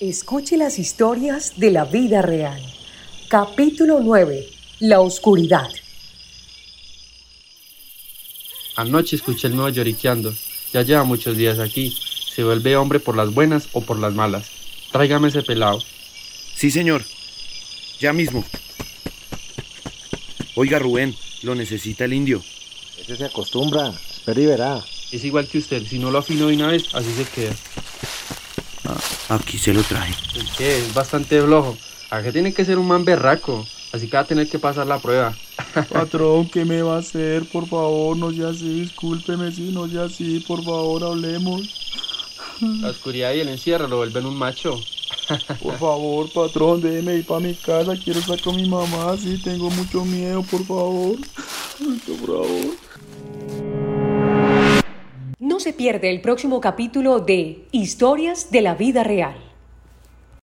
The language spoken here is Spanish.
Escuche las historias de la vida real. Capítulo 9. La oscuridad. Anoche escuché el nuevo lloriqueando. Ya lleva muchos días aquí. Se vuelve hombre por las buenas o por las malas. Tráigame ese pelado. Sí, señor. Ya mismo. Oiga, Rubén, lo necesita el indio. Ese se acostumbra. Espera y verá. Es igual que usted. Si no lo afinó de una vez, así se queda. Aquí se lo traje. ¿El qué? Es bastante flojo. Acá tiene que ser un man berraco. Así que va a tener que pasar la prueba. Patrón, ¿qué me va a hacer? Por favor, no sea así, discúlpeme, si no sea así, por favor, hablemos. La oscuridad y el encierro lo vuelven un macho. Por favor, patrón, déjeme ir para mi casa, quiero estar con mi mamá, sí, tengo mucho miedo, por favor. Por favor. No se pierde el próximo capítulo de Historias de la vida real.